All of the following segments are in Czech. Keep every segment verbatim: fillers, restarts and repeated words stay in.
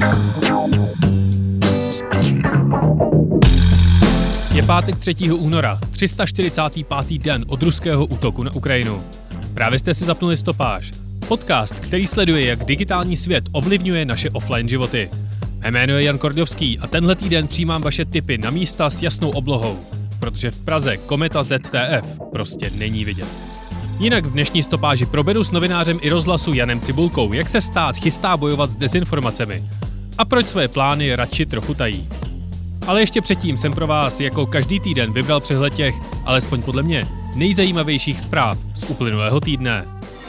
Je pátek třetího února, tři sta čtyřicátý pátý den od ruského útoku na Ukrajinu. Právě jste si zapnuli Stopáž, podcast, který sleduje, jak digitální svět ovlivňuje naše offline životy. Mé jméno je Jan Kordovský a tenhle týden přijímám vaše tipy na místa s jasnou oblohou, protože v Praze kometa Z T F prostě není vidět. Jinak v dnešní Stopáži proberu s novinářem i rozhlasu Janem Cibulkou, jak se stát chystá bojovat s dezinformacemi a proč své plány radši trochu tají. Ale ještě předtím jsem pro vás jako každý týden vybral přehled těch, alespoň podle mě, nejzajímavějších zpráv z uplynulého týdne.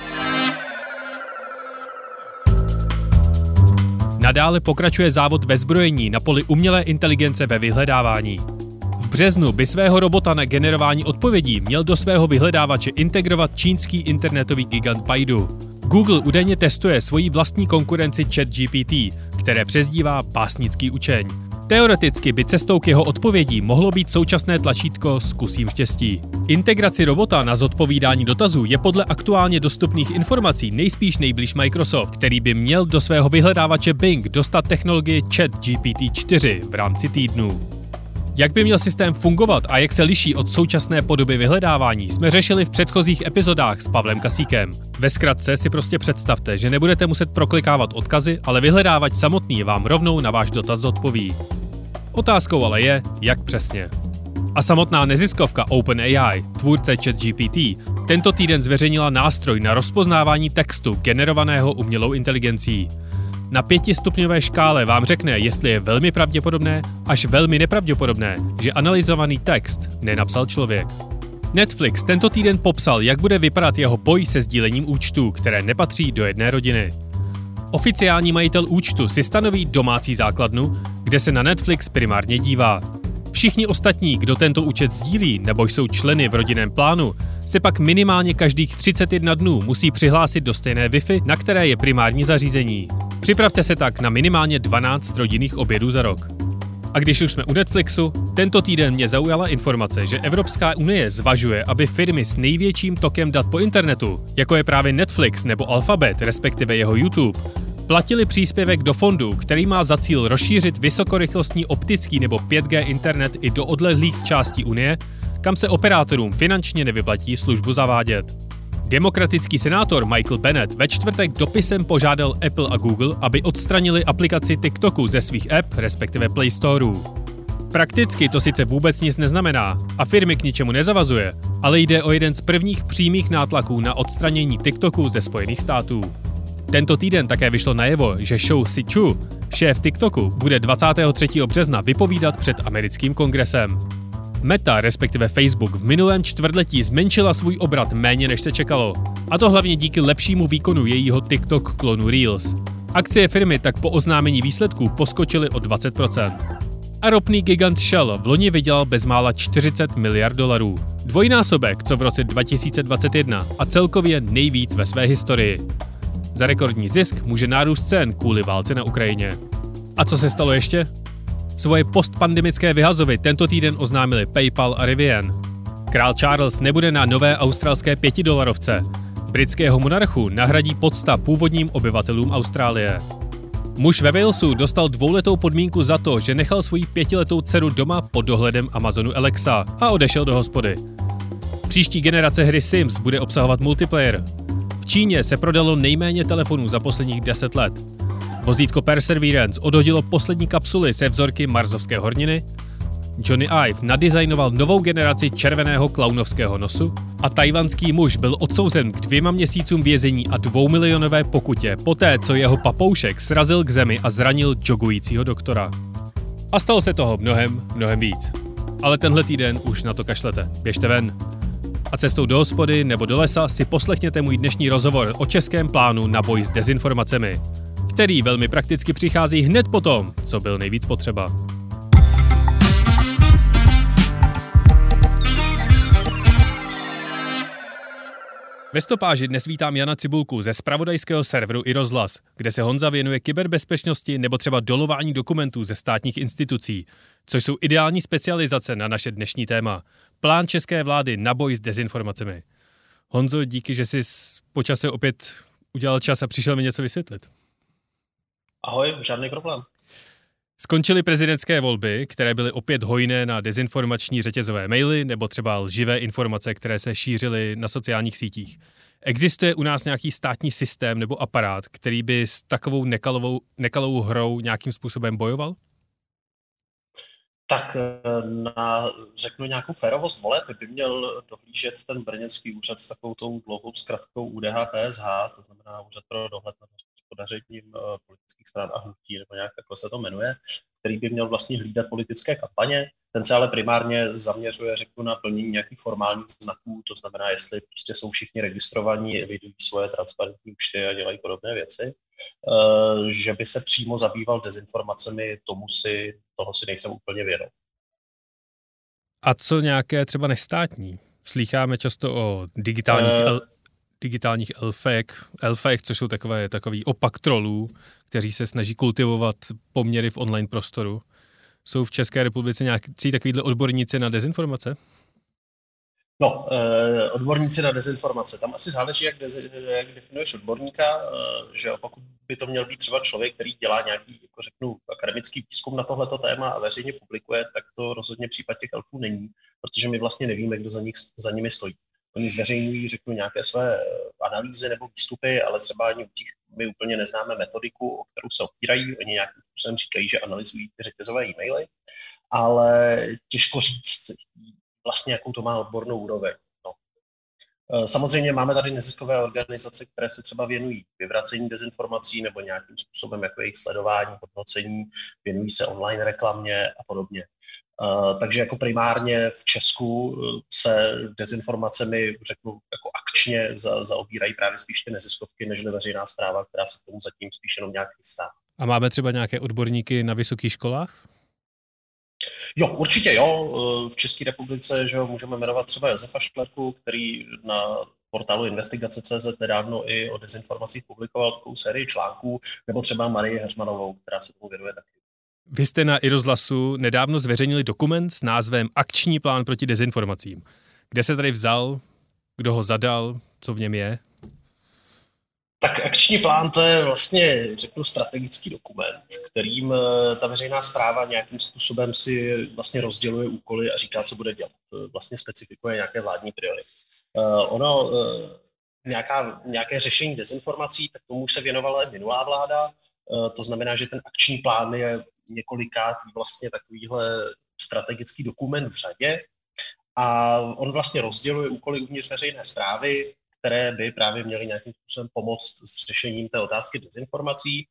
Nadále pokračuje závod ve zbrojení na poli umělé inteligence ve vyhledávání. V březnu by svého robota na generování odpovědí měl do svého vyhledávače integrovat čínský internetový gigant Baidu. Google údajně testuje svoji vlastní konkurenci ChatGPT, které přezdívá básnický učeň. Teoreticky by cestou k jeho odpovědí mohlo být současné tlačítko Zkusím štěstí. Integraci robota na zodpovídání dotazů je podle aktuálně dostupných informací nejspíš nejblíž Microsoft, který by měl do svého vyhledávače Bing dostat technologii ChatGPT čtyři v rámci týdnů. Jak by měl systém fungovat a jak se liší od současné podoby vyhledávání, jsme řešili v předchozích epizodách s Pavlem Kasíkem. Ve zkratce si prostě představte, že nebudete muset proklikávat odkazy, ale vyhledávač samotný vám rovnou na váš dotaz odpoví. Otázkou ale je, jak přesně. A samotná neziskovka OpenAI, tvůrce ChatGPT, tento týden zveřejnila nástroj na rozpoznávání textu generovaného umělou inteligencí. Na pětistupňové škále vám řekne, jestli je velmi pravděpodobné až velmi nepravděpodobné, že analyzovaný text nenapsal člověk. Netflix tento týden popsal, jak bude vypadat jeho boj se sdílením účtů, které nepatří do jedné rodiny. Oficiální majitel účtu si stanoví domácí základnu, kde se na Netflix primárně dívá. Všichni ostatní, kdo tento účet sdílí nebo jsou členy v rodinném plánu, se pak minimálně každých třicet jedna dnů musí přihlásit do stejné Wi-Fi, na které je primární zařízení. Připravte se tak na minimálně dvanáct rodinných obědů za rok. A když už jsme u Netflixu, tento týden mě zaujala informace, že Evropská unie zvažuje, aby firmy s největším tokem dat po internetu, jako je právě Netflix nebo Alphabet, respektive jeho YouTube, platili příspěvek do fondu, který má za cíl rozšířit vysokorychlostní optický nebo pět G internet i do odlehlých částí Unie, kam se operátorům finančně nevyplatí službu zavádět. Demokratický senátor Michael Bennet ve čtvrtek dopisem požádal Apple a Google, aby odstranili aplikaci TikToku ze svých app, respektive Play Storů. Prakticky to sice vůbec nic neznamená a firmy k ničemu nezavazuje, ale jde o jeden z prvních přímých nátlaků na odstranění TikToku ze Spojených států. Tento týden také vyšlo najevo, že Shou Si Chew, šéf TikToku, bude dvacátého třetího března vypovídat před americkým kongresem. Meta, respektive Facebook, v minulém čtvrtletí zmenšila svůj obrat méně než se čekalo. A to hlavně díky lepšímu výkonu jejího TikTok klonu Reels. Akcie firmy tak po oznámení výsledků poskočily o dvacet procent. A ropný gigant Shell v loni vydělal bezmála čtyřicet miliard dolarů. Dvojnásobek, co v roce dva tisíce dvacet jedna a celkově nejvíc ve své historii. Za rekordní zisk může nárůst cen kvůli válce na Ukrajině. A co se stalo ještě? Svoje postpandemické vyhazovy tento týden oznámili PayPal a Rivian. Král Charles nebude na nové australské pětidolarovce. Britského monarchu nahradí pocta původním obyvatelům Austrálie. Muž ve Walesu dostal dvouletou podmínku za to, že nechal svoji pětiletou dceru doma pod dohledem Amazonu Alexa a odešel do hospody. Příští generace hry Sims bude obsahovat multiplayer. V Číně se prodalo nejméně telefonů za posledních deset let. Vozítko Perseverance odhodilo poslední kapsuly se vzorky marsovské horniny, Johnny Ive nadizajnoval novou generaci červeného klaunovského nosu a tajvanský muž byl odsouzen k dvěma měsícům vězení a dvoumilionové pokutě poté, co jeho papoušek srazil k zemi a zranil jogujícího doktora. A stalo se toho mnohem, mnohem víc. Ale tenhle týden už na to kašlete. Běžte ven. A cestou do hospody nebo do lesa si poslechněte můj dnešní rozhovor o českém plánu na boj s dezinformacemi, který velmi prakticky přichází hned po tom, co byl nejvíc potřeba. Ve Stopáži dnes vítám Jana Cibulku ze zpravodajského serveru iRozhlas, kde se Honza věnuje kyberbezpečnosti nebo třeba dolování dokumentů ze státních institucí, což jsou ideální specializace na naše dnešní téma. Plán české vlády na boj s dezinformacemi. Honzo, díky, že jsi po čase opět udělal čas a přišel mi něco vysvětlit. Ahoj, žádný problém. Skončily prezidentské volby, které byly opět hojné na dezinformační řetězové maily nebo třeba lživé informace, které se šířily na sociálních sítích. Existuje u nás nějaký státní systém nebo aparát, který by s takovou nekalou, nekalou hrou nějakým způsobem bojoval? Tak na, řeknu nějakou férovost voleb, by měl dohlížet ten brněnský úřad s takovou tou dlouhou zkratkou U D H P S H, to znamená Úřad pro dohled nad hospodařením politických stran a hnutí, nebo nějak takhle se to jmenuje, který by měl vlastně hlídat politické kampaně. Ten se ale primárně zaměřuje, řeknu, na plnění nějakých formálních znaků, to znamená, jestli prostě jsou všichni registrovaní, evidují svoje transparentní účty a dělají podobné věci. Že by se přímo zabýval dezinformacemi, tomu si, toho si nejsem úplně vědom. A co nějaké třeba nestátní? Slýcháme často o digitálních, uh, el, digitálních elfek, elfek, což jsou takové, takový opak trolů, kteří se snaží kultivovat poměry v online prostoru. Jsou v České republice nějaký takovýhle odborníci na dezinformace? No, eh, odborníci na dezinformace. Tam asi záleží, jak, dezi, jak definuješ odborníka, eh, že pokud by to měl být třeba člověk, který dělá nějaký, jako řeknu, akademický výzkum na tohleto téma a veřejně publikuje, tak to rozhodně případ těch elfů není, protože my vlastně nevíme, kdo za, nich, za nimi stojí. Oni zveřejňují, řeknu, nějaké své analýzy nebo výstupy, ale třeba ani u těch my úplně neznáme metodiku, o kterou se opírají. Oni nějakým způsobem říkají, že analyzují ty řetězové e-maily, ale těžko říct vlastně, jakou to má odbornou úroveň. No. Samozřejmě máme tady neziskové organizace, které se třeba věnují vyvracení dezinformací nebo nějakým způsobem jako jejich sledování, hodnocení, věnují se online reklamě a podobně. Uh, takže jako primárně v Česku se dezinformacemi, řeknu, jako akčně za, zaobírají právě spíš ty neziskovky, než veřejná správa, která se k tomu zatím spíš jenom nějak chystá. A máme třeba nějaké odborníky na vysokých školách? Jo, určitě jo. V České republice, že jo, můžeme jmenovat třeba Josefa Šklerku, který na portálu investigace tečka cé zet nedávno i o dezinformacích publikoval takovou sérii článků, nebo třeba Marii Heřmanovou, která se tomu věnuje taky. Vy jste na iRozhlasu nedávno zveřejnili dokument s názvem Akční plán proti dezinformacím. Kde se tady vzal, kdo ho zadal, co v něm je? Tak akční plán to je vlastně, řeknu, strategický dokument, kterým ta veřejná správa nějakým způsobem si vlastně rozděluje úkoly a říká, co bude dělat. Vlastně specifikuje nějaké vládní priority. Uh, ono, uh, nějaká, nějaké řešení dezinformací, tak tomu se věnovala minulá vláda. Uh, to znamená, že ten akční plán je několikátý vlastně takovýhle strategický dokument v řadě a on vlastně rozděluje úkoly uvnitř veřejné správy, které by právě měly nějakým způsobem pomoct s řešením té otázky dezinformací.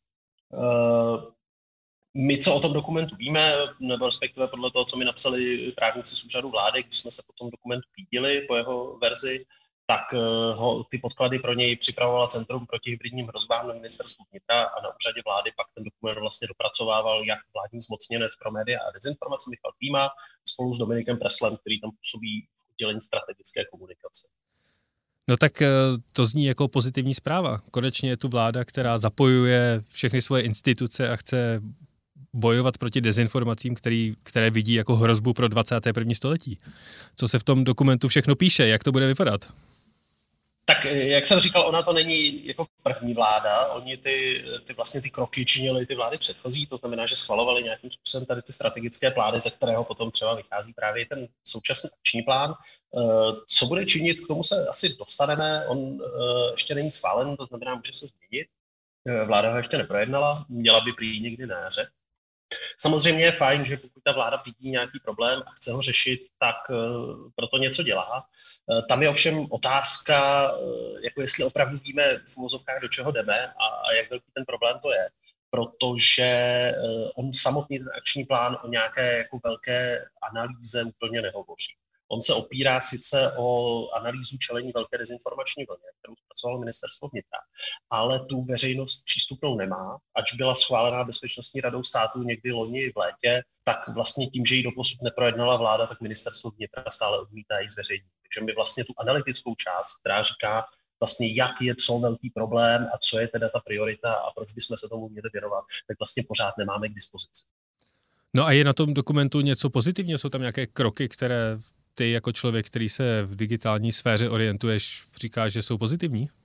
My, co o tom dokumentu víme, nebo respektive podle toho, co mi napsali právníci z úřadu vlády, když jsme se po tom dokumentu pídili, po jeho verzi, tak ho, ty podklady pro něj připravovala Centrum proti hybridním hrozbám na ministerstvu vnitra a na úřadě vlády pak ten dokument vlastně dopracovával jak vládní zmocněnec pro média a dezinformace Michal Klíma spolu s Dominikem Preslem, který tam působí v oddělení strategické komunikace. No tak to zní jako pozitivní zpráva. Konečně je tu vláda, která zapojuje všechny svoje instituce a chce bojovat proti dezinformacím, který, které vidí jako hrozbu pro dvacáté první století. Co se v tom dokumentu všechno píše, jak to bude vypadat? Tak, jak jsem říkal, ona to není jako první vláda. Oni ty, ty vlastně ty kroky činili ty vlády předchozí, to znamená, že schvalovali nějakým způsobem tady ty strategické plány, ze kterého potom třeba vychází právě ten současný akční plán. Co bude činit, k tomu se asi dostaneme. On ještě není schválen, to znamená, může se změnit. Vláda ho ještě neprojednala, měla by prý někdy na jaře. Samozřejmě je fajn, že pokud ta vláda vidí nějaký problém a chce ho řešit, tak uh, proto něco dělá. Uh, tam je ovšem otázka, uh, jako jestli opravdu víme v uvozovkách, do čeho jdeme a, a jak velký ten problém to je. Protože uh, on samotný ten akční plán o nějaké jako velké analýze úplně nehovoří. On se opírá sice o analýzu čelení velké dezinformační vlně, kterou zpracovalo ministerstvo vnitra, ale tu veřejnost přístupnou nemá. Ač byla schválená Bezpečnostní radou státu někdy loni v létě, tak vlastně tím, že ji doposud neprojednala vláda, tak ministerstvo vnitra stále odmítá ji zveřejnit. Takže my vlastně tu analytickou část, která říká vlastně, jak je co velký problém a co je teda ta priorita a proč bychom se tomu měli věnovat, tak vlastně pořád nemáme k dispozici. No a je na tom dokumentu něco pozitivního? Jsou tam nějaké kroky, které ty jako člověk, který se v digitální sféře orientuješ, říkáš, že jsou pozitivní?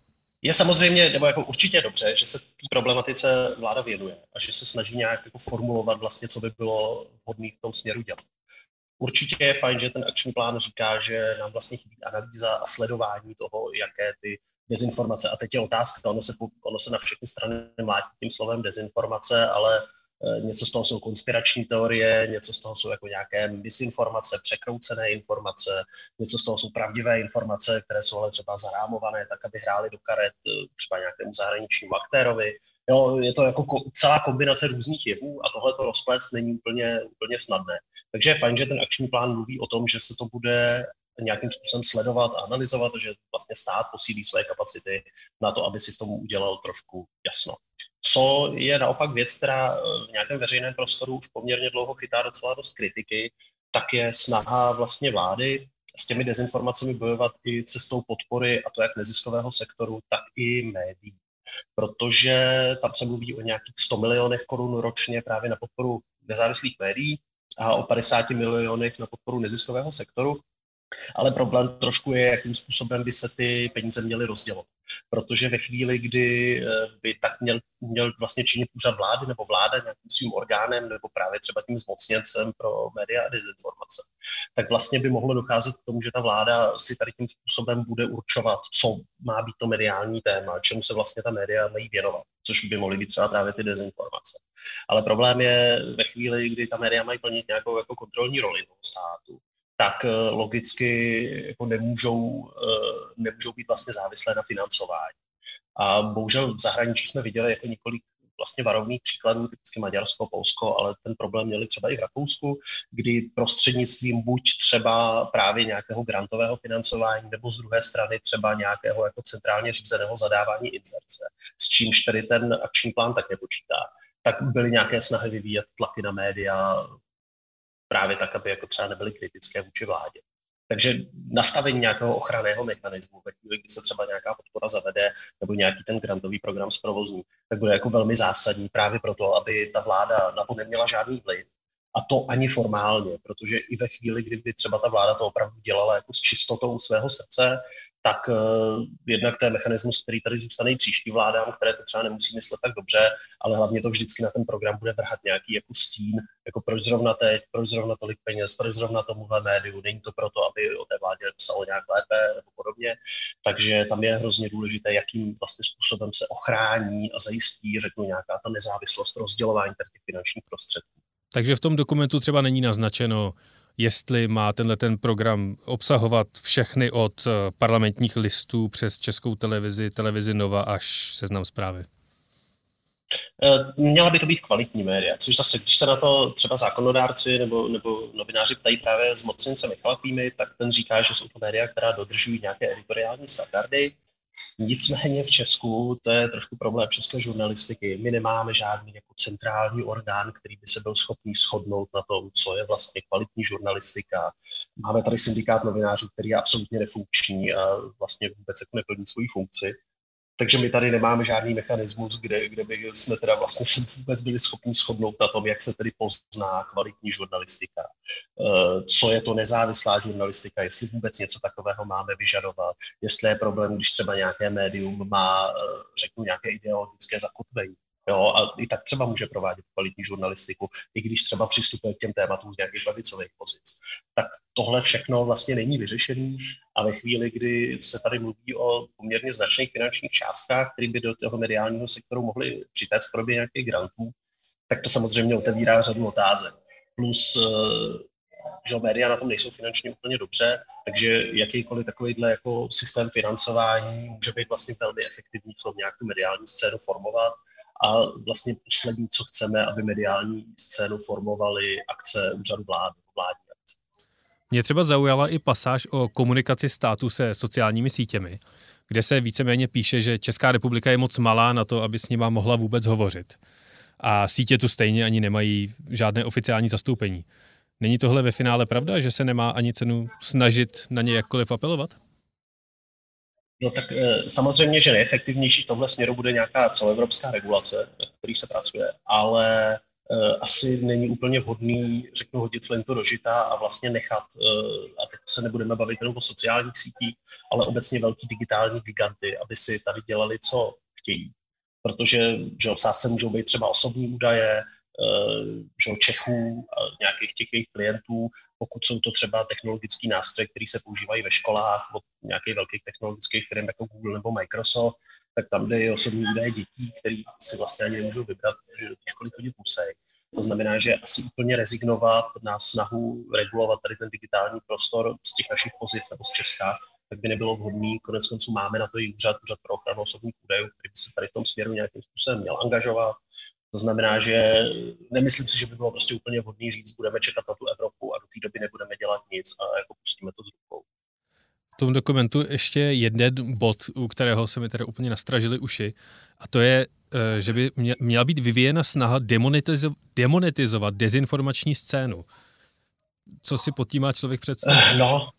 Je samozřejmě, nebo jako určitě dobře, že se té problematice vláda věnuje a že se snaží nějak jako formulovat vlastně, co by bylo vhodné v tom směru dělat. Určitě je fajn, že ten akční plán říká, že nám vlastně chybí analýza a sledování toho, jaké ty dezinformace. A teď je otázka, ono se, ono se na všechny strany mlátí tím slovem dezinformace, ale něco z toho jsou konspirační teorie, něco z toho jsou jako nějaké misinformace, překroucené informace, něco z toho jsou pravdivé informace, které jsou ale třeba zarámované tak, aby hrály do karet třeba nějakému zahraničnímu aktérovi. Jo, je to jako celá kombinace různých jevů a tohle to rozplést není úplně, úplně snadné. Takže je fajn, že ten akční plán mluví o tom, že se to bude nějakým způsobem sledovat a analyzovat, že vlastně stát posílí své kapacity na to, aby si v tom udělal trošku jasno. Co je naopak věc, která v nějakém veřejném prostoru už poměrně dlouho chytá docela dost kritiky, tak je snaha vlastně vlády s těmi dezinformacemi bojovat i cestou podpory, a to jak neziskového sektoru, tak i médií. Protože tam se mluví o nějakých sto milionech korun ročně právě na podporu nezávislých médií a o padesát milionech na podporu neziskového sektoru. Ale problém trošku je, jakým způsobem by se ty peníze měly rozdělovat. Protože ve chvíli, kdy by tak měl, měl vlastně činit úřad vlády nebo vláda nějakým svým orgánem nebo právě třeba tím zmocněncem pro média a dezinformace, tak vlastně by mohlo docházet k tomu, že ta vláda si tady tím způsobem bude určovat, co má být to mediální téma, čemu se vlastně ta média mají věnovat, což by mohly být třeba právě ty dezinformace. Ale problém je ve chvíli, kdy ta média mají plnit nějakou jako kontrolní roli toho státu, tak logicky jako nemůžou, nemůžou být vlastně závislé na financování. A bohužel v zahraničí jsme viděli jako několik vlastně varovných příkladů, typicky Maďarsko, Polsko, ale ten problém měli třeba i v Rakousku, kdy prostřednictvím buď třeba právě nějakého grantového financování, nebo z druhé strany třeba nějakého jako centrálně řízeného zadávání inzerce, s čímž tedy ten akční plán také počítá, tak byly nějaké snahy vyvíjet tlaky na média, právě tak, aby jako třeba nebyly kritické vůči vládě. Takže nastavení nějakého ochranného mechanismu, ve chvíli, kdy se třeba nějaká podpora zavede nebo nějaký ten grantový program zprovozní, tak bude jako velmi zásadní právě proto, aby ta vláda na to neměla žádný vliv. A to ani formálně, protože i ve chvíli, kdyby třeba ta vláda to opravdu dělala jako s čistotou svého srdce, tak uh, jednak to je mechanismus, který tady zůstane i příští vládám, které to třeba nemusí myslet tak dobře, ale hlavně to vždycky na ten program bude vrhat nějaký jako stín, jako proč zrovna teď, proč zrovna tolik peněz, proč zrovna tomuhle médiu, není to proto, aby o té vládě psalo nějak lépe nebo podobně. Takže tam je hrozně důležité, jakým vlastně způsobem se ochrání a zajistí, řeknu, nějaká ta nezávislost rozdělování těch finančních prostředků. Takže v tom dokumentu třeba není naznačeno, jestli má tenhle ten program obsahovat všechny od parlamentních listů přes Českou televizi, televizi Nova až Seznam Zprávy. Měla by to být kvalitní média, což zase, když se na to třeba zákonodárci nebo, nebo novináři ptají právě zmocněnce Michala Klímy, tak ten říká, že jsou to média, která dodržují nějaké editoriální standardy. Nicméně v Česku, to je trošku problém české žurnalistiky, my nemáme žádný jako centrální orgán, který by se byl schopný shodnout na tom, co je vlastně kvalitní žurnalistika. Máme tady syndikát novinářů, který je absolutně nefunkční a vlastně vůbec jako neplní svoji funkci. Takže my tady nemáme žádný mechanismus, kde, kde by jsme teda vlastně se vůbec byli schopni shodnout na tom, jak se tedy pozná kvalitní žurnalistika, co je to nezávislá žurnalistika, jestli vůbec něco takového máme vyžadovat, jestli je problém, když třeba nějaké médium má, řeknu, nějaké ideologické zakotvení. Jo, a i tak třeba může provádět kvalitní žurnalistiku, i když třeba přistupuje k těm tématům z nějakých levicových pozic. Tak tohle všechno vlastně není vyřešený a ve chvíli, kdy se tady mluví o poměrně značných finančních částkách, které by do toho mediálního sektoru mohly přitéct v podobě nějakých grantů, tak to samozřejmě otevírá řadu otázek. Plus, že média na tom nejsou finančně úplně dobře, takže jakýkoliv takovýhle jako systém financování může být vlastně velmi efektivní v tom nějakou mediální scénu formovat. A vlastně poslední, co chceme, aby mediální scénu formovaly akce úřadu vlády, vládní akce. Mě třeba zaujala i pasáž o komunikaci státu se sociálními sítěmi, kde se víceméně píše, že Česká republika je moc malá na to, aby s nima mohla vůbec hovořit. A sítě tu stejně ani nemají žádné oficiální zastoupení. Není tohle ve finále pravda, že se nemá ani cenu snažit na ně jakkoliv apelovat? No tak e, samozřejmě, že nejefektivnější v tomhle směru bude nějaká celoevropská regulace, na který se pracuje, ale asi není úplně vhodný, řeknu, hodit flintu do žita a vlastně nechat, a teď se nebudeme bavit jenom o sociálních sítích, ale obecně velký digitální giganty, aby si tady dělali, co chtějí. Protože že v sázce můžou být třeba osobní údaje, že Čechů, nějakých těch jejich klientů, pokud jsou to třeba technologický nástroje, které se používají ve školách od nějakých velkých technologických firm jako Google nebo Microsoft, tak tam jde i osobní údaje dětí, který si vlastně ani nemůžou vybrat, protože do té školy chodit musí. To znamená, že asi úplně rezignovat na snahu regulovat tady ten digitální prostor z těch našich pozic nebo z Česka, tak by nebylo vhodný. Konec konců máme na to i úřad, úřad pro ochranu osobních údajů, který by se tady v tom směru nějakým způsobem měl angažovat. To znamená, že nemyslím si, že by bylo prostě úplně vhodný říct, budeme čekat na tu Evropu a do té doby nebudeme dělat nic a jako pustíme to z rukou. V tom dokumentu ještě jeden bod, u kterého se mi tedy úplně nastražily uši, a to je, že by měla být vyvíjena snaha demonetizo- demonetizovat dezinformační scénu. Co si pod tím má člověk představit? No,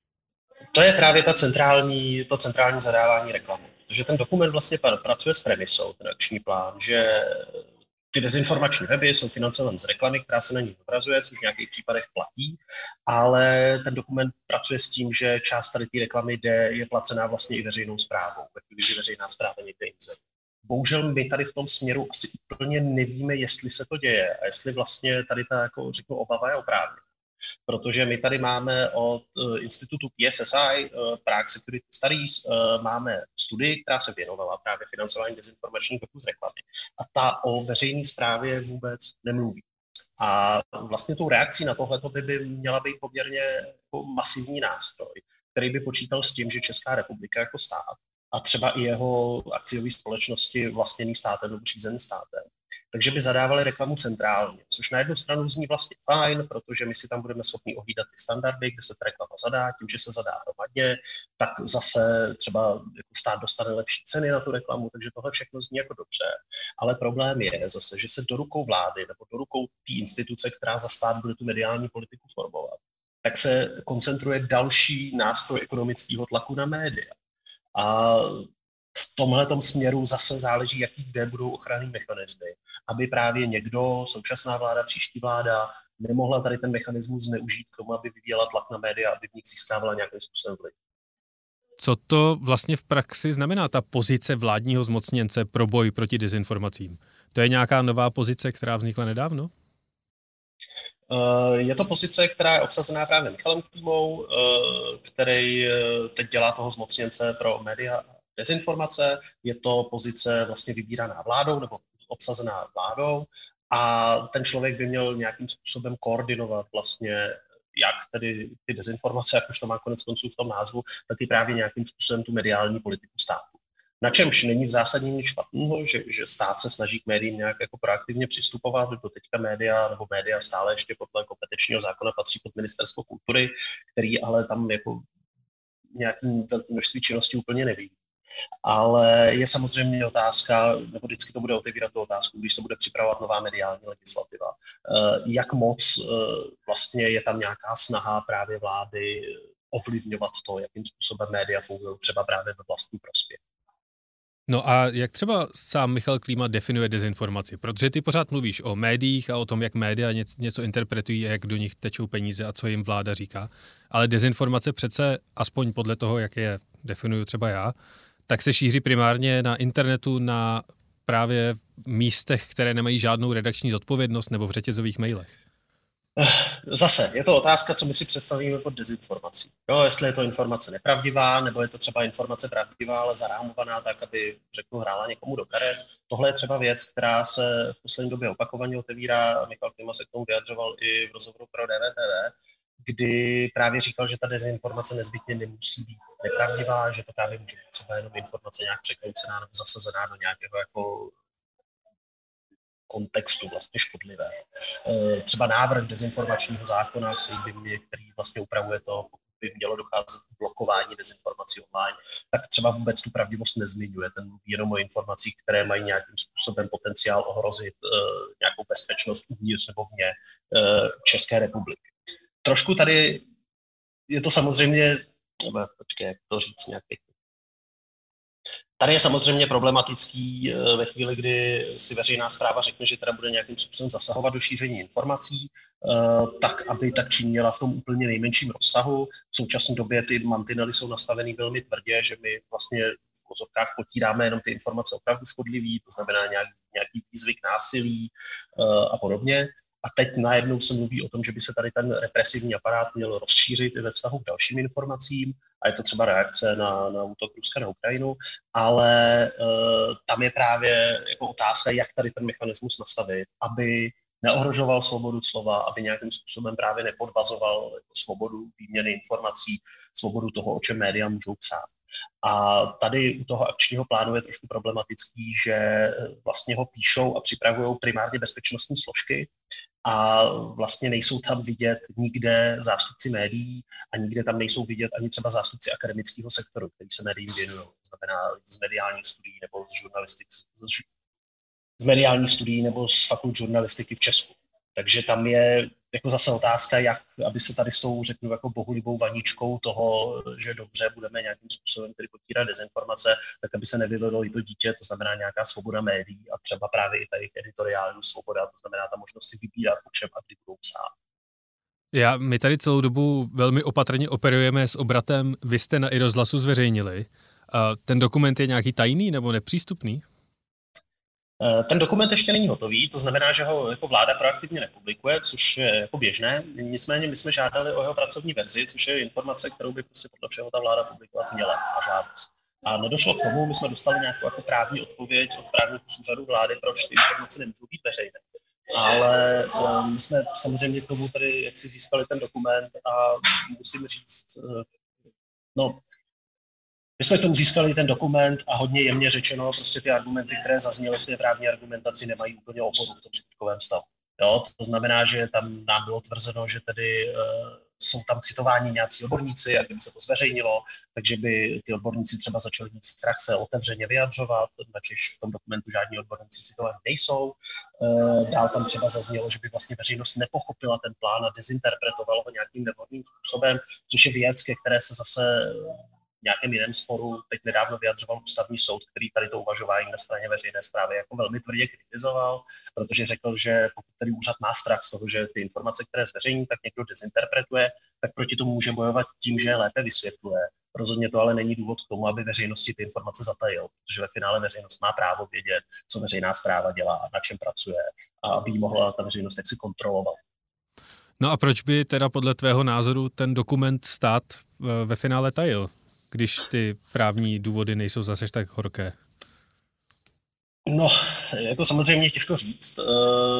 to je právě ta centrální, to centrální zadávání reklamy. Protože ten dokument vlastně pracuje s premisou, ten akční plán, že ty dezinformační weby jsou financovány z reklamy, která se na ní obrazuje, což v nějakých případech platí, ale ten dokument pracuje s tím, že část tady té reklamy jde, je placená vlastně i veřejnou správou, když veřejná správa někde jinde. Bohužel my tady v tom směru asi úplně nevíme, jestli se to děje a jestli vlastně tady ta, jako řeknu, obava je oprávněná. Protože my tady máme od institutu P S S I, Prague Security Studies, máme studii, která se věnovala právě financování dezinformačních webů z reklamy. A ta o veřejné správě vůbec nemluví. A vlastně tou reakcí na tohle by, by měla být poměrně jako masivní nástroj, který by počítal s tím, že Česká republika jako stát a třeba i jeho akciové společnosti vlastněný státem nebo řízený státem, takže by zadávali reklamu centrálně, což na jednu stranu zní vlastně fajn, protože my si tam budeme schopni ohlídat ty standardy, kde se ta reklama zadá, tím, že se zadá hromadně, tak zase třeba jako stát dostane lepší ceny na tu reklamu, takže tohle všechno zní jako dobře. Ale problém je zase, že se do rukou vlády nebo do rukou té instituce, která za stát bude tu mediální politiku formovat, tak se koncentruje další nástroj ekonomického tlaku na média. A v tomhletom směru zase záleží, jaký kde budou ochranný mechanismy, aby právě někdo, současná vláda, příští vláda, nemohla tady ten mechanismus zneužít k tomu, aby vyvíjela tlak na média, aby v nich získávala nějakým způsobem vliv. Co to vlastně v praxi znamená, ta pozice vládního zmocněnce pro boj proti dezinformacím? To je nějaká nová pozice, která vznikla nedávno? Je to pozice, která je obsazená právě Michalem Klímou, který teď dělá toho zmocněnce pro média a dezinformace. Je to pozice vlastně vybíraná vládou nebo obsazená vládou a ten člověk by měl nějakým způsobem koordinovat vlastně jak tedy ty dezinformace, jak už to má konec konců v tom názvu, tak i právě nějakým způsobem tu mediální politiku státu. Na čemž není v zásadě nic špatného, že, že stát se snaží k médiím nějak jako proaktivně přistupovat, do teďka média nebo média stále ještě podle kompetenčního zákona patří pod ministerstvo kultury, který ale tam jako nějakým množství činností úplně neví. Ale je samozřejmě otázka, nebo vždycky to bude otevírat tu otázku, když se bude připravovat nová mediální legislativa, jak moc vlastně je tam nějaká snaha právě vlády ovlivňovat to, jakým způsobem média fungují třeba právě ve vlastní prospěch. No a jak třeba sám Michal Klíma definuje dezinformaci? Protože ty pořád mluvíš o médiích a o tom, jak média něco interpretují a jak do nich tečou peníze a co jim vláda říká. Ale dezinformace přece, aspoň podle toho, jak je definuju třeba já, tak se šíří primárně na internetu, na právě místech, které nemají žádnou redakční zodpovědnost nebo v řetězových mailech. Zase, je to otázka, co my si představíme pod dezinformací. Jo, jestli je to informace nepravdivá, nebo je to třeba informace pravdivá, ale zarámovaná tak, aby, řeknu, hrála někomu do karet. Tohle je třeba věc, která se v poslední době opakovaně otevírá. Michal Klima se k tomu vyjadřoval i v rozhovoru pro D V T V, kdy právě říkal, že ta dezinformace nezbytně nemusí být nepravdivá, že to právě může být třeba jenom informace nějak překroucená nebo zasazená do nějakého jako kontextu vlastně škodlivé. Třeba návrh dezinformačního zákona, který, by mě, který vlastně upravuje to, pokud by mělo docházet k blokování dezinformací online, tak třeba vůbec tu pravdivost nezmiňuje. Ten mluví jenom o informacích, které mají nějakým způsobem potenciál ohrozit uh, nějakou bezpečnost uvnitř nebo vně uh, České republiky. Trošku tady je to samozřejmě, nebo počkej, jak to říct nějak pěkně. Tady je samozřejmě problematický ve chvíli, kdy si veřejná správa řekne, že teda bude nějakým způsobem zasahovat do šíření informací, tak aby tak činila v tom úplně nejmenším rozsahu. V současné době ty mantinely jsou nastaveny velmi tvrdě, že my vlastně v vozovkách potíráme jenom ty informace opravdu škodlivý, to znamená nějaký, nějaký výzvy k násilí a podobně. A teď najednou se mluví o tom, že by se tady ten represivní aparát měl rozšířit i ve vztahu k dalším informacím, a je to třeba reakce na, na útok Ruska na Ukrajinu, ale uh, tam je právě jako otázka, jak tady ten mechanismus nastavit, aby neohrožoval svobodu slova, aby nějakým způsobem právě nepodvazoval jako svobodu výměny informací, svobodu toho, o čem média můžou psát. A tady u toho akčního plánu je trošku problematický, že vlastně ho píšou a připravují primárně bezpečnostní složky a vlastně nejsou tam vidět nikde zástupci médií a nikde tam nejsou vidět ani třeba zástupci akademického sektoru, který se médiím věnují, to znamená z mediálních studií nebo z žurnalistiky, z mediálních studií nebo z fakult žurnalistiky v Česku. Takže tam je jako zase otázka, jak, aby se tady s tou, řeknu, jako bohulibou vaničkou toho, že dobře, budeme nějakým způsobem tedy potírat dezinformace, tak aby se nevylilo i to dítě, to znamená nějaká svoboda médií a třeba právě i ta jejich editoriální svoboda, to znamená ta možnost si vybírat, o čem a kdy budou psát. Já, my tady celou dobu velmi opatrně operujeme s obratem, vy jste na iRozhlasu zveřejnili. A ten dokument je nějaký tajný nebo nepřístupný? Ten dokument ještě není hotový, to znamená, že ho jako vláda proaktivně nepublikuje, což je jako běžné. Nicméně my jsme žádali o jeho pracovní verzi, což je informace, kterou by prostě podle všeho ta vláda publikovat měla na žádost. A nedošlo k tomu, my jsme dostali nějakou jako právní odpověď od právníků z úřadu vlády, proč ty informace nemůžou být veřejné. Ale my jsme samozřejmě k tomu tady, jak si získali ten dokument a musím říct, no, my jsme k tomu získali ten dokument a hodně jemně řečeno, prostě ty argumenty, které zazněly v té právní argumentaci, nemají úplně oporu v tom skutkovém stavu. Jo, to znamená, že tam nám bylo tvrzeno, že tedy uh, jsou tam citováni nějací odborníci, jak by se to zveřejnilo, takže by ty odborníci třeba začali mít strach se otevřeně vyjadřovat, načež v tom dokumentu žádní odborníci citovaní nejsou. Uh, dál tam třeba zaznělo, že by vlastně veřejnost nepochopila ten plán a dezinterpretovala ho nějakým nevhodným způsobem, což je věc, ke které se zase v nějakém jiném sporu teď nedávno vyjadřoval ústavní soud, který tady to uvažování na straně veřejné správy jako velmi tvrdě kritizoval, protože řekl, že pokud tady úřad má strach z toho, že ty informace, které zveřejní, tak někdo dezinterpretuje, tak proti tomu může bojovat tím, že je lépe vysvětluje. Rozhodně to ale není důvod k tomu, aby veřejnosti ty informace zatajil, protože ve finále veřejnost má právo vědět, co veřejná správa dělá a na čem pracuje, a aby jí mohla ta veřejnost tak si kontrolovat. No a proč by teda podle tvého názoru ten dokument stát ve finále tajil, když ty právní důvody nejsou zase tak horké? No, je to samozřejmě těžko říct. E,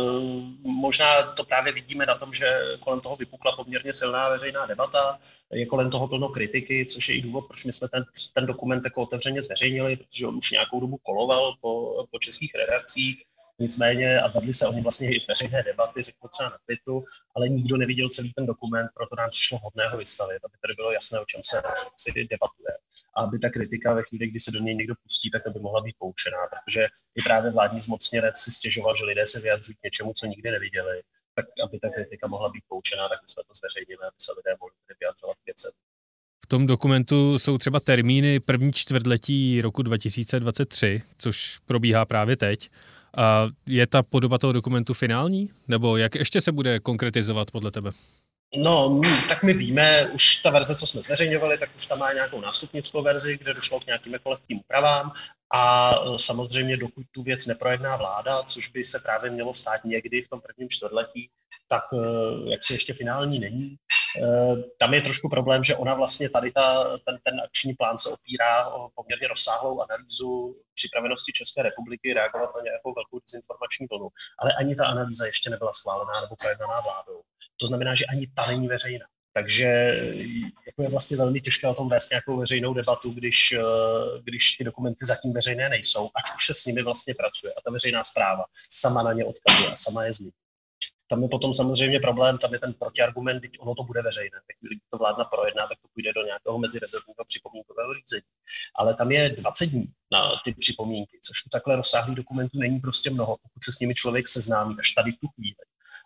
možná to právě vidíme na tom, že kolem toho vypukla poměrně silná veřejná debata, je kolem toho plno kritiky, což je i důvod, proč my jsme ten, ten dokument jako otevřeně zveřejnili, protože on už nějakou dobu koloval po, po českých redakcích. Nicméně, a vedly se o něm vlastně i veřejné debaty, řeknu třeba na Twitteru, ale nikdo neviděl celý ten dokument, proto nám přišlo hodné ho vystavit, aby tady bylo jasné, o čem se si debatuje. A aby ta kritika ve chvíli, kdy se do něj někdo pustí, tak aby mohla být poučená, protože i právě vládní zmocněnec si stěžoval, že lidé se vyjadřují k něčemu, co nikdy neviděli, tak aby ta kritika mohla být poučená, tak my jsme to zveřejnili, aby se lidé mohli vyjadřovat k věcem. V tom dokumentu jsou třeba termíny první čtvrtletí roku dva tisíce dvacet tři, což probíhá právě teď. A je ta podoba toho dokumentu finální? Nebo jak ještě se bude konkretizovat podle tebe? No, tak my víme, už ta verze, co jsme zveřejňovali, tak už tam má nějakou nástupnickou verzi, kde došlo k nějakým lehkým úpravám a samozřejmě dokud tu věc neprojedná vláda, což by se právě mělo stát někdy v tom prvním čtvrtletí, tak jak si ještě finální není. Tam je trošku problém, že ona vlastně tady ta, ten, ten akční plán se opírá o poměrně rozsáhlou analýzu připravenosti České republiky reagovat na nějakou velkou dezinformační vlnu, ale ani ta analýza ještě nebyla schválená nebo projednaná vládou. To znamená, že ani ta není veřejná. Takže jako je vlastně velmi těžké o tom vést nějakou veřejnou debatu, když, když ty dokumenty zatím veřejné nejsou, ač už se s nimi vlastně pracuje a ta veřejná správa sama na ně odkazuje a sama je zmiňuje. Tam je potom samozřejmě problém, tam je ten protiargument, byť ono to bude veřejné. Když to vládna projedná, tak to půjde do nějakého mezirezortního připomínkového řízení. Ale tam je dvacet dní na ty připomínky, což u takhle rozsáhlých dokumentů není prostě mnoho, pokud se s nimi člověk seznámí až tady v tu chvíli.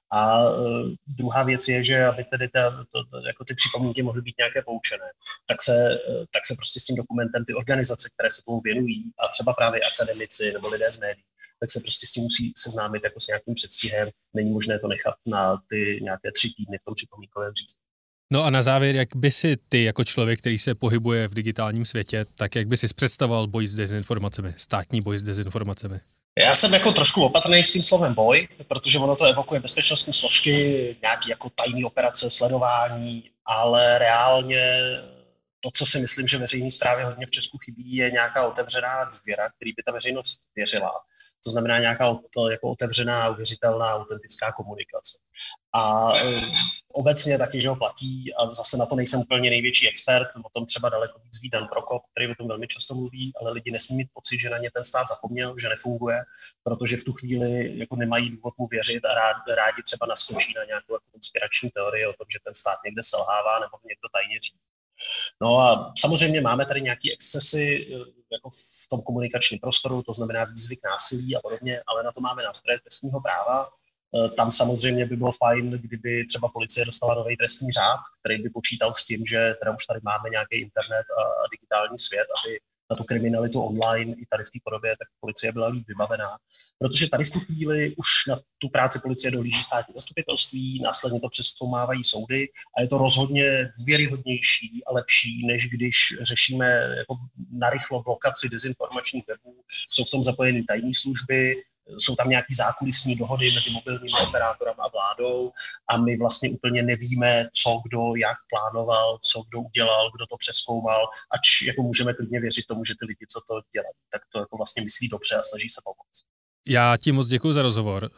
A uh, druhá věc je, že aby tedy ta, to, to, jako ty připomínky mohly být nějaké poučené, tak se, uh, tak se prostě s tím dokumentem ty organizace, které se tomu věnují, a třeba právě akademici nebo lidé z médií, tak se prostě s tím musí seznámit jako s nějakým předstihem. Není možné to nechat na ty nějaké tři týdny v tom připomínkovém řízení. No a na závěr, jak by si ty jako člověk, který se pohybuje v digitálním světě, tak jak by si představoval boj s dezinformacemi, státní boj s dezinformacemi? Já jsem jako trošku opatrný s tím slovem boj, protože ono to evokuje bezpečnostní složky, nějaký jako tajný operace, sledování, ale reálně to, co si myslím, že veřejné správě hodně v Česku chybí, je nějaká otevřená důvěra, který by ta veřejnost věřila. To znamená nějaká to jako otevřená, uvěřitelná, autentická komunikace. A e, obecně taky, že ho platí, a zase na to nejsem úplně největší expert, o tom třeba daleko víc ví Dan Prokop, který o tom velmi často mluví, ale lidi nesmí mít pocit, že na ně ten stát zapomněl, že nefunguje, protože v tu chvíli jako nemají důvod mu věřit a rád, rádi třeba naskočí na nějakou jako konspirační teorii o tom, že ten stát někde selhává nebo někdo tajně řídí. No a samozřejmě máme tady nějaké excesy jako v tom komunikačním prostoru, to znamená výzvy k násilí a podobně, ale na to máme nástroje trestního práva. Tam samozřejmě by bylo fajn, kdyby třeba policie dostala nový trestní řád, který by počítal s tím, že teda už tady máme nějaký internet a, a digitální svět, aby na tu kriminalitu online i tady v té podobě, tak policie byla líp vybavená. Protože tady v tu chvíli už na tu práci policie dohlíží státní zastupitelství, následně to přezkoumávají soudy a je to rozhodně důvěryhodnější a lepší, než když řešíme jako narychlo blokaci dezinformačních webů, jsou v tom zapojeny tajné služby, jsou tam nějaký zákulisní dohody mezi mobilními operátorem a vládou a my vlastně úplně nevíme, co kdo jak plánoval, co kdo udělal, kdo to přezkoumal, ač jako můžeme klidně věřit tomu, že ty lidi, co to dělají, tak to jako vlastně myslí dobře a snaží se pomoct. Já ti moc děkuji za rozhovor.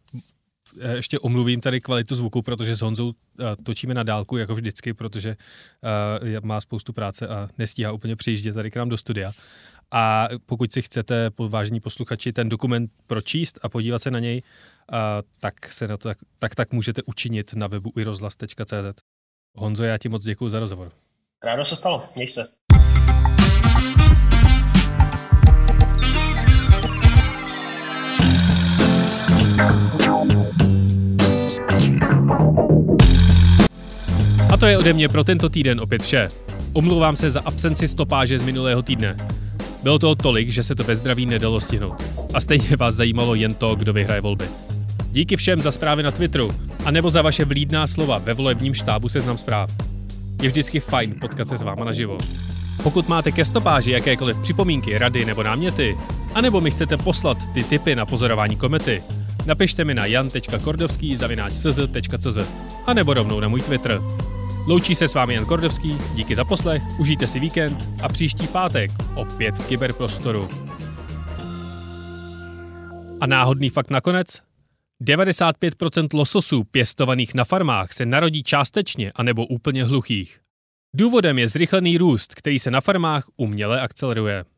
Ještě omluvím tady kvalitu zvuku, protože s Honzou točíme na dálku, jako vždycky, protože má spoustu práce a nestíhá úplně přijíždět tady k nám do studia. A pokud si chcete, vážení posluchači, ten dokument pročíst a podívat se na něj, tak se na to tak, tak, tak můžete učinit na webu i rozhlas tečka cé zet. Honzo, já ti moc děkuji za rozhovor. Rádo se stalo, měj se. A to je ode mě pro tento týden opět vše. Omlouvám se za absenci stopáže z minulého týdne. Bylo toho tolik, že se to bez zdraví nedalo stihnout. A stejně vás zajímalo jen to, kdo vyhraje volby. Díky všem za zprávy na Twitteru, anebo za vaše vlídná slova ve volebním štábu Seznam zpráv. Je vždycky fajn potkat se s váma naživo. Pokud máte ke stopáži jakékoliv připomínky, rady nebo náměty, anebo mi chcete poslat ty tipy na pozorování komety, napište mi na jan tečka kordovský zavináč c z tečka c z a nebo rovnou na můj Twitter. Loučí se s vámi Jan Kordovský, díky za poslech, užijte si víkend a příští pátek opět v kyberprostoru. A náhodný fakt nakonec? devadesát pět procent lososů pěstovaných na farmách se narodí částečně anebo úplně hluchých. Důvodem je zrychlený růst, který se na farmách uměle akceleruje.